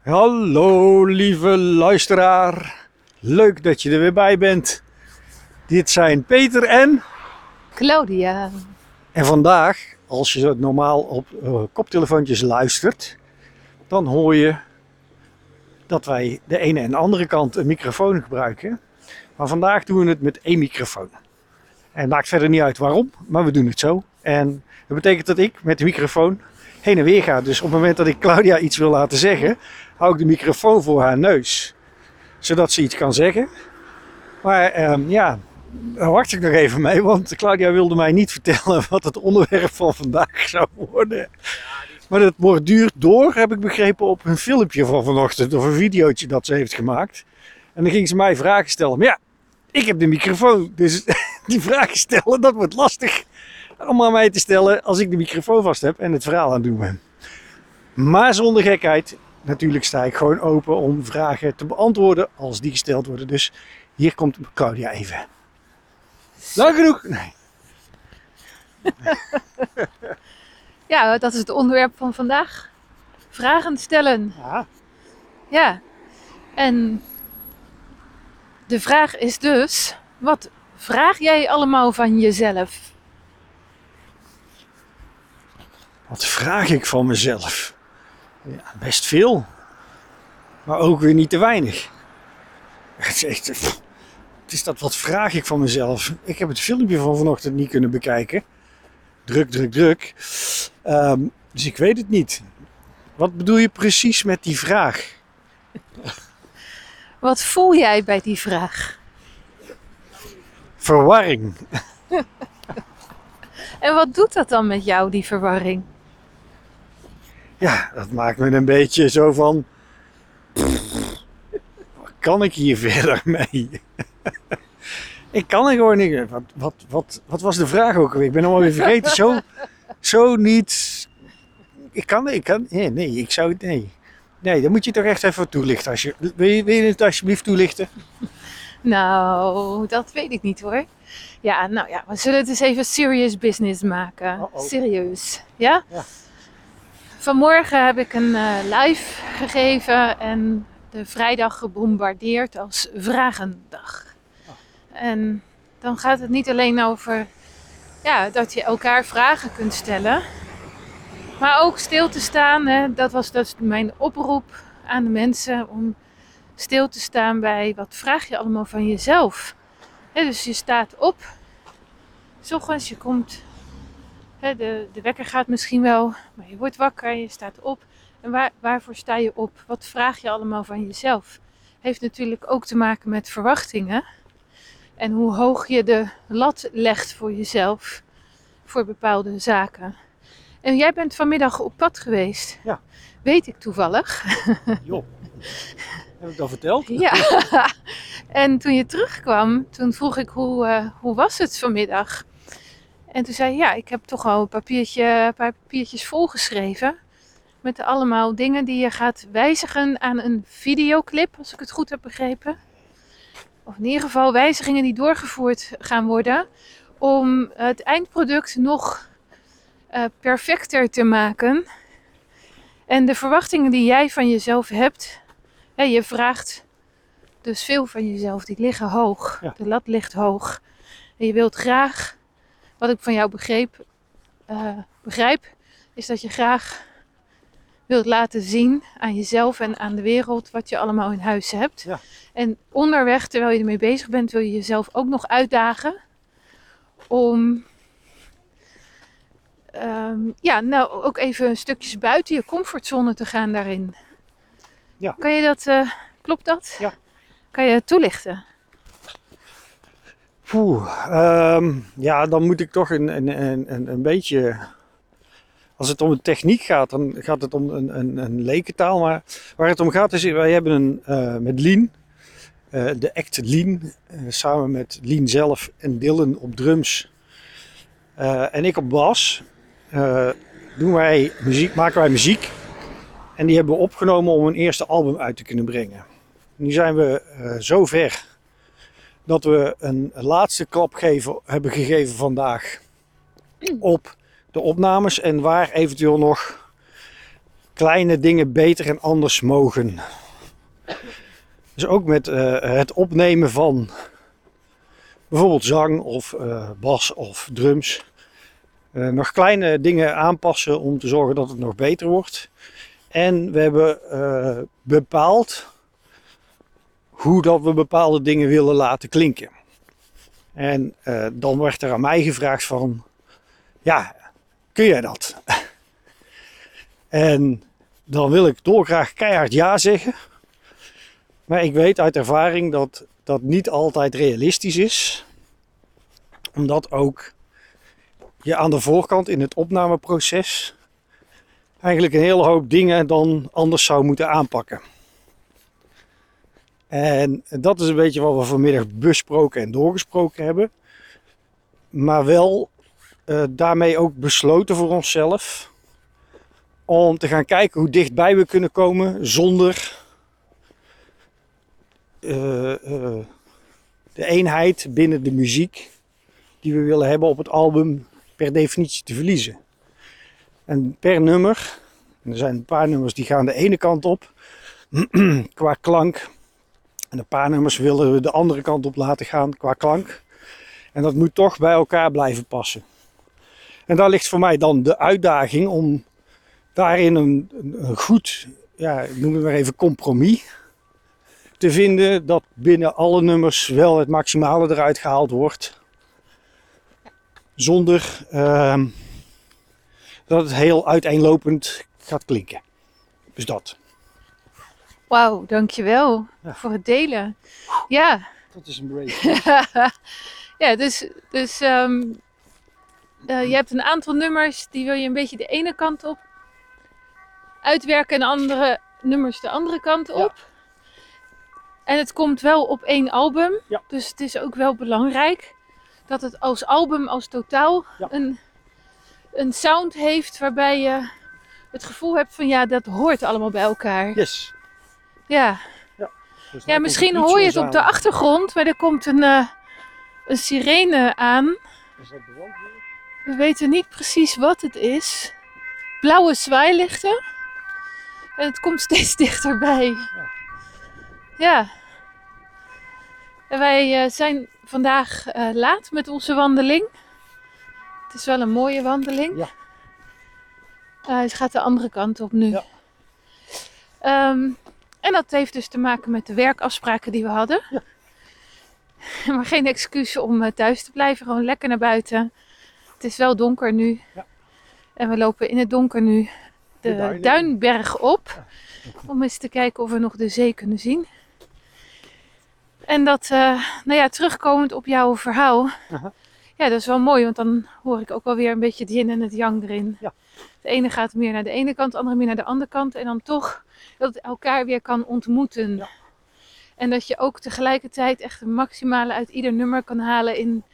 Hallo lieve luisteraar, leuk dat je er weer bij bent. Dit zijn Peter en Claudia. En vandaag, als je normaal op koptelefoontjes luistert, dan hoor je dat wij de ene en de andere kant een microfoon gebruiken. Maar vandaag doen we het met één microfoon. En het maakt verder niet uit waarom, maar we doen het zo. En dat betekent dat ik met de microfoon heen en weer ga. Dus op het moment dat ik Claudia iets wil laten zeggen, hou ik de microfoon voor haar neus. Zodat ze iets kan zeggen. Maar daar wacht ik nog even mee. Want Claudia wilde mij niet vertellen wat het onderwerp van vandaag zou worden. Maar dat borduurt door, heb ik begrepen, op een filmpje van vanochtend. Of een videootje dat ze heeft gemaakt. En dan ging ze mij vragen stellen. Maar ja, ik heb de microfoon. Dus die vragen stellen, dat wordt lastig om aan mij te stellen als ik de microfoon vast heb en het verhaal aan het doen ben. Maar zonder gekheid, natuurlijk sta ik gewoon open om vragen te beantwoorden als die gesteld worden. Dus hier komt Claudia even. Lang genoeg? Nee. Ja, dat is het onderwerp van vandaag. Vragen stellen. Ja. Ja. En de vraag is dus, wat vraag jij allemaal van jezelf? Wat vraag ik van mezelf? Ja, best veel. Maar ook weer niet te weinig. Het is echt, het is dat, wat vraag ik van mezelf? Ik heb het filmpje van vanochtend niet kunnen bekijken. Druk. Dus ik weet het niet. Wat bedoel je precies met die vraag? Wat voel jij bij die vraag? Verwarring. En wat doet dat dan met jou, die verwarring? Ja, dat maakt me een beetje zo van... Wat kan ik hier verder mee? Ik kan er gewoon niet... Wat was de vraag ook alweer? Ik ben hem alweer vergeten. Zo niet... Nee, dan moet je toch echt even toelichten. Wil je het alsjeblieft toelichten? Nou, dat weet ik niet hoor. Ja, nou ja, we zullen het eens even serious business maken. Uh-oh. Serieus, ja? Ja. Vanmorgen heb ik een live gegeven en de vrijdag gebombardeerd als vragendag. En dan gaat het niet alleen over dat je elkaar vragen kunt stellen, maar ook stil te staan. Hè? Dat was dus mijn oproep aan de mensen om stil te staan bij wat vraag je allemaal van jezelf. Hè, dus je staat op, 's ochtends je komt, de wekker gaat misschien wel, maar je wordt wakker, je staat op. En waarvoor sta je op? Wat vraag je allemaal van jezelf? Heeft natuurlijk ook te maken met verwachtingen. En hoe hoog je de lat legt voor jezelf, voor bepaalde zaken. En jij bent vanmiddag op pad geweest. Ja. Weet ik toevallig. Joh. Heb ik dat verteld? Ja. En toen je terugkwam, toen vroeg ik hoe was het vanmiddag? En toen zei je, ja, ik heb toch al een paar papiertjes volgeschreven. Met allemaal dingen die je gaat wijzigen aan een videoclip, als ik het goed heb begrepen. Of in ieder geval wijzigingen die doorgevoerd gaan worden. Om het eindproduct nog perfecter te maken. En de verwachtingen die jij van jezelf hebt. Je vraagt dus veel van jezelf. Die liggen hoog. Ja. De lat ligt hoog. En je wilt graag, wat ik van jou begrijp, is dat je graag wilt laten zien aan jezelf en aan de wereld wat je allemaal in huis hebt. Ja. En onderweg, terwijl je ermee bezig bent, wil je jezelf ook nog uitdagen om ook even stukjes buiten je comfortzone te gaan daarin. Ja. Kan je dat, klopt dat? Ja. Kan je het toelichten? Dan moet ik toch een beetje... Als het om de techniek gaat, dan gaat het om een lekentaal. Maar waar het om gaat is, wij hebben met Lien, de act Lien, samen met Lien zelf en Dylan op drums en ik op bas, maken wij muziek. En die hebben we opgenomen om een eerste album uit te kunnen brengen. Nu zijn we zo ver dat we een laatste klap hebben gegeven vandaag op de opnames. En waar eventueel nog kleine dingen beter en anders mogen. Dus ook met het opnemen van bijvoorbeeld zang of bas of drums. Nog kleine dingen aanpassen om te zorgen dat het nog beter wordt. En we hebben bepaald hoe dat we bepaalde dingen willen laten klinken. En dan werd er aan mij gevraagd van, ja, kun jij dat? En dan wil ik dolgraag keihard ja zeggen. Maar ik weet uit ervaring dat dat niet altijd realistisch is. Omdat ook je aan de voorkant in het opnameproces eigenlijk een hele hoop dingen dan anders zou moeten aanpakken. En dat is een beetje wat we vanmiddag besproken en doorgesproken hebben. Maar wel daarmee ook besloten voor onszelf om te gaan kijken hoe dichtbij we kunnen komen zonder de eenheid binnen de muziek die we willen hebben op het album per definitie te verliezen. En per nummer, en er zijn een paar nummers die gaan de ene kant op qua klank. En een paar nummers willen we de andere kant op laten gaan qua klank. En dat moet toch bij elkaar blijven passen. En daar ligt voor mij dan de uitdaging om daarin een goed, ja, ik noem het maar even compromis te vinden. Dat binnen alle nummers wel het maximale eruit gehaald wordt. Zonder dat het heel uiteenlopend gaat klinken. Dus dat. Wauw, dankjewel voor het delen. Ja. Dat is een break. Ja, dus je hebt een aantal nummers die wil je een beetje de ene kant op uitwerken en andere nummers de andere kant op. Ja. En het komt wel op één album, ja. Dus het is ook wel belangrijk dat het als album, als totaal, ja, een sound heeft waarbij je het gevoel hebt van ja, dat hoort allemaal bij elkaar. Yes. Ja. Ja, dus ja, misschien hoor je het op de achtergrond, maar er komt een sirene aan. Is dat brandweer? We weten niet precies wat het is. Blauwe zwaailichten. En het komt steeds dichterbij. Ja. Ja. En wij zijn vandaag laat met onze wandeling. Het is wel een mooie wandeling. Ja. Hij gaat de andere kant op nu. Ja. En dat heeft dus te maken met de werkafspraken die we hadden. Ja. Maar geen excuus om thuis te blijven. Gewoon lekker naar buiten. Het is wel donker nu. Ja. En we lopen in het donker nu de Duinberg op. Ja. Om eens te kijken of we nog de zee kunnen zien. En dat, nou ja, terugkomend op jouw verhaal. Ja, dat is wel mooi. Want dan hoor ik ook wel weer een beetje het yin en het yang erin. Ja. De ene gaat meer naar de ene kant, de andere meer naar de andere kant. En dan toch dat het elkaar weer kan ontmoeten. Ja. En dat je ook tegelijkertijd echt het maximale uit ieder nummer kan halen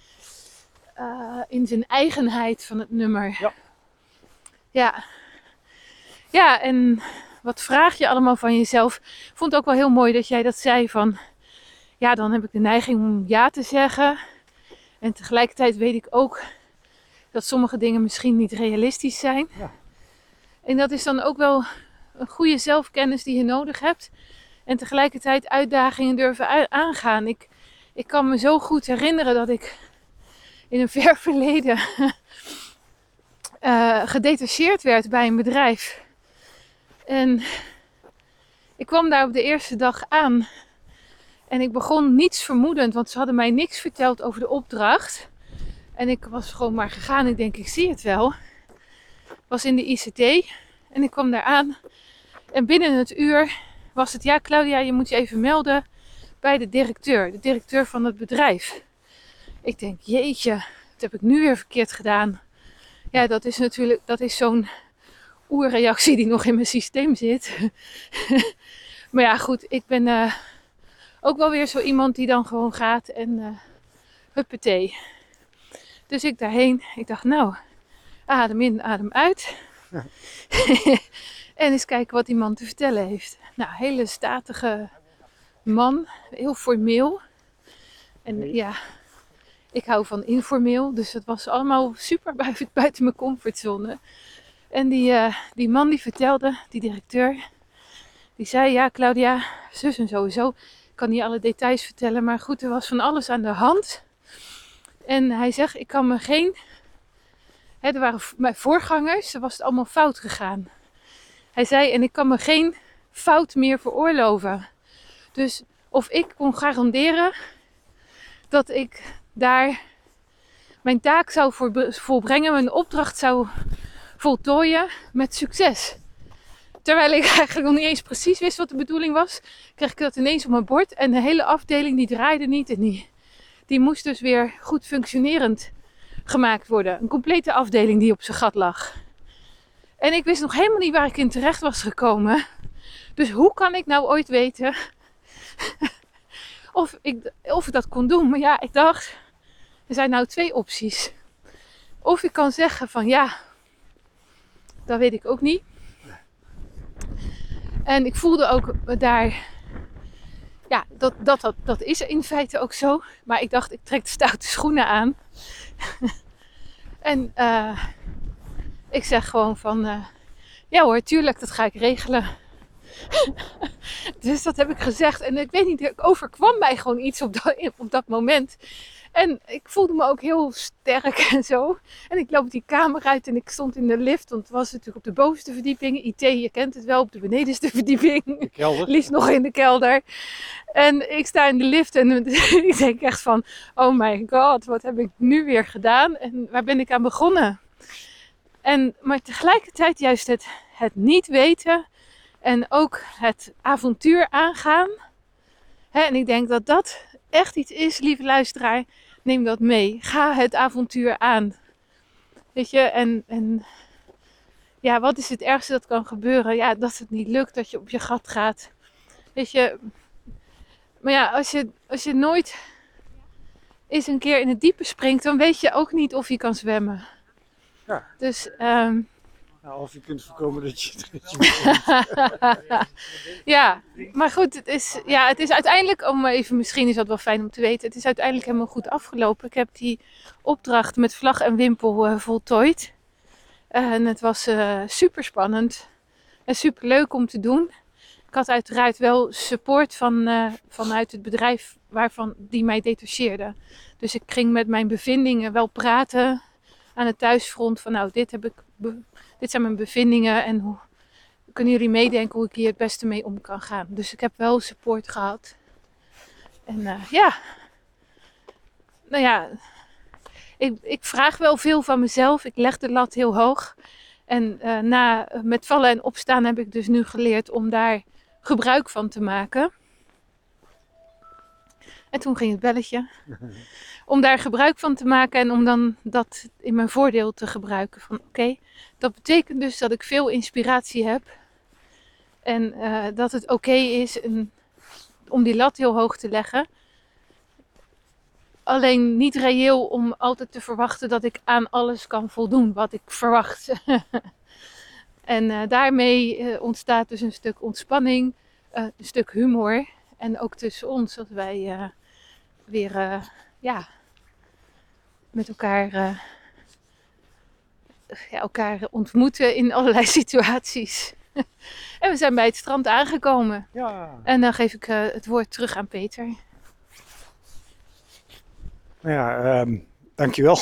in zijn eigenheid van het nummer. Ja. Ja. Ja, en wat vraag je allemaal van jezelf? Ik vond het ook wel heel mooi dat jij dat zei van... Ja, dan heb ik de neiging om ja te zeggen. En tegelijkertijd weet ik ook dat sommige dingen misschien niet realistisch zijn. Ja. En dat is dan ook wel een goede zelfkennis die je nodig hebt. En tegelijkertijd uitdagingen durven aangaan. Ik kan me zo goed herinneren dat ik in een ver verleden gedetacheerd werd bij een bedrijf. En ik kwam daar op de eerste dag aan. En ik begon niets vermoedend, want ze hadden mij niks verteld over de opdracht. En ik was gewoon maar gegaan. Ik denk, ik zie het wel. Ik was in de ICT en ik kwam daar aan. En binnen het uur was het, ja Claudia, je moet je even melden bij de directeur van het bedrijf. Ik denk, jeetje, wat heb ik nu weer verkeerd gedaan? Ja, dat is natuurlijk, dat is zo'n oerreactie die nog in mijn systeem zit. Maar ja, goed, ik ben ook wel weer zo iemand die dan gewoon gaat en huppatee. Dus ik daarheen, ik dacht, nou, adem in, adem uit. Ja. En eens kijken wat die man te vertellen heeft. Nou, hele statige man, heel formeel. En ja, ik hou van informeel, dus het was allemaal super buiten mijn comfortzone. En die man die vertelde, die directeur, die zei, ja Claudia, zus en sowieso. Ik kan niet alle details vertellen, maar goed, er was van alles aan de hand. En hij zegt, ik kan me geen... er waren mijn voorgangers, er was het allemaal fout gegaan. Hij zei, en ik kan me geen fout meer veroorloven. Dus of ik kon garanderen dat ik daar mijn taak zou volbrengen, mijn opdracht zou voltooien met succes. Terwijl ik eigenlijk nog niet eens precies wist wat de bedoeling was, kreeg ik dat ineens op mijn bord. En de hele afdeling die draaide niet en die moest dus weer goed functionerend gemaakt worden. Een complete afdeling die op zijn gat lag. En ik wist nog helemaal niet waar ik in terecht was gekomen. Dus hoe kan ik nou ooit weten of ik dat kon doen? Maar ja, ik dacht, er zijn nou 2 opties. Of ik kan zeggen van ja, dat weet ik ook niet. En ik voelde ook daar, ja, dat is in feite ook zo. Maar ik dacht, ik trek de stoute schoenen aan. En ik zeg gewoon van, ja hoor, tuurlijk, dat ga ik regelen. Dus dat heb ik gezegd. En ik weet niet, er overkwam mij gewoon iets op dat moment. En ik voelde me ook heel sterk en zo. En ik loop die kamer uit en ik stond in de lift. Want het was natuurlijk op de bovenste verdieping. IT, je kent het wel, op de benedenste verdieping. De kelder. Liefst nog in de kelder. En ik sta in de lift en ik denk echt van... Oh my god, wat heb ik nu weer gedaan? En waar ben ik aan begonnen? Maar tegelijkertijd juist het niet weten... En ook het avontuur aangaan. En ik denk dat dat echt iets is, lieve luisteraar. Neem dat mee. Ga het avontuur aan. Weet je, en ja, wat is het ergste dat kan gebeuren? Ja, dat het niet lukt, dat je op je gat gaat. Weet je, maar ja, als je nooit eens een keer in het diepe springt, dan weet je ook niet of je kan zwemmen. Ja. Dus... Nou, of je kunt voorkomen dat je... Ja, maar goed, het is uiteindelijk, misschien is dat wel fijn om te weten, het is uiteindelijk helemaal goed afgelopen. Ik heb die opdracht met vlag en wimpel voltooid. En het was super spannend en super leuk om te doen. Ik had uiteraard wel support vanuit het bedrijf die mij detacheerde. Dus ik ging met mijn bevindingen wel praten aan het thuisfront van nou, dit zijn mijn bevindingen en hoe kunnen jullie meedenken hoe ik hier het beste mee om kan gaan. Dus ik heb wel support gehad. En ja, nou ja, ik vraag wel veel van mezelf. Ik leg de lat heel hoog. En met vallen en opstaan heb ik dus nu geleerd om daar gebruik van te maken. En toen ging het belletje. Om daar gebruik van te maken en om dan dat in mijn voordeel te gebruiken. Van oké, dat betekent dus dat ik veel inspiratie heb. En dat het oké is om die lat heel hoog te leggen. Alleen niet reëel om altijd te verwachten dat ik aan alles kan voldoen wat ik verwacht. En daarmee ontstaat dus een stuk ontspanning, een stuk humor. En ook tussen ons, dat wij weer met elkaar ontmoeten in allerlei situaties. En we zijn bij het strand aangekomen. Ja. En dan geef ik het woord terug aan Peter. Nou ja, dankjewel.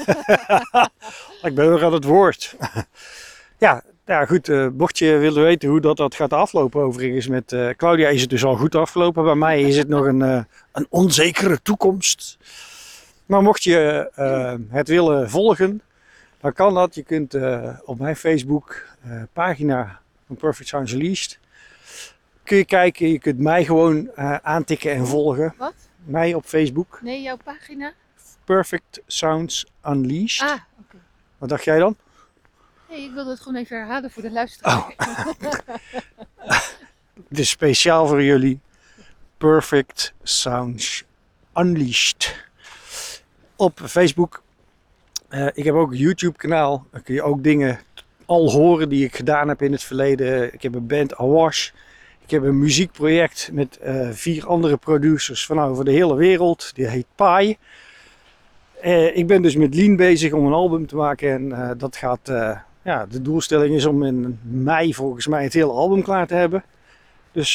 Ik ben weer aan het woord. Ja, goed. Mocht je willen weten hoe dat gaat aflopen overigens met Claudia, is het dus al goed afgelopen. Bij mij is het nog een onzekere toekomst. Maar mocht je het willen volgen, dan kan dat. Je kunt op mijn Facebook pagina van Perfect Sounds Unleashed kun je kijken. Je kunt mij gewoon aantikken en volgen. Wat? Mij op Facebook. Nee, jouw pagina? Perfect Sounds Unleashed. Ah, oké. Wat dacht jij dan? Nee, ik wilde het gewoon even herhalen voor de luisteraar. Het is speciaal voor jullie. Perfect Sounds Unleashed. Op Facebook. Ik heb ook een YouTube kanaal. Daar kun je ook dingen al horen die ik gedaan heb in het verleden. Ik heb een band Awash. Ik heb een muziekproject met 4 andere producers van over de hele wereld. Die heet Pi. Ik ben dus met Lien bezig om een album te maken. En dat gaat Ja, de doelstelling is om in mei volgens mij het hele album klaar te hebben. Dus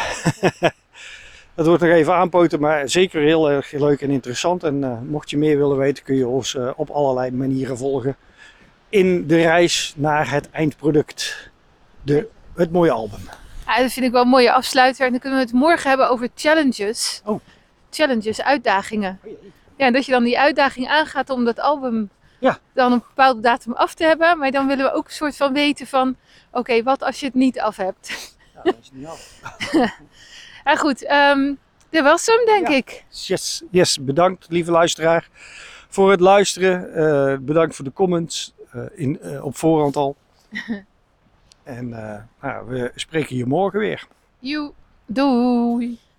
dat wordt nog even aanpoten, maar zeker heel erg leuk en interessant. En mocht je meer willen weten, kun je ons op allerlei manieren volgen in de reis naar het eindproduct. Het mooie album. Ja, dat vind ik wel een mooie afsluiter. En dan kunnen we het morgen hebben over challenges. Oh. Challenges, uitdagingen. Ja, dat je dan die uitdaging aangaat om dat album dan op een bepaalde datum af te hebben. Maar dan willen we ook een soort van weten van... Oké, wat als je het niet af hebt? Ja, dat is niet af. Ja goed, dat was hem denk ik. Yes, bedankt lieve luisteraar voor het luisteren. Bedankt voor de comments op voorhand al. En we spreken je morgen weer. Doei!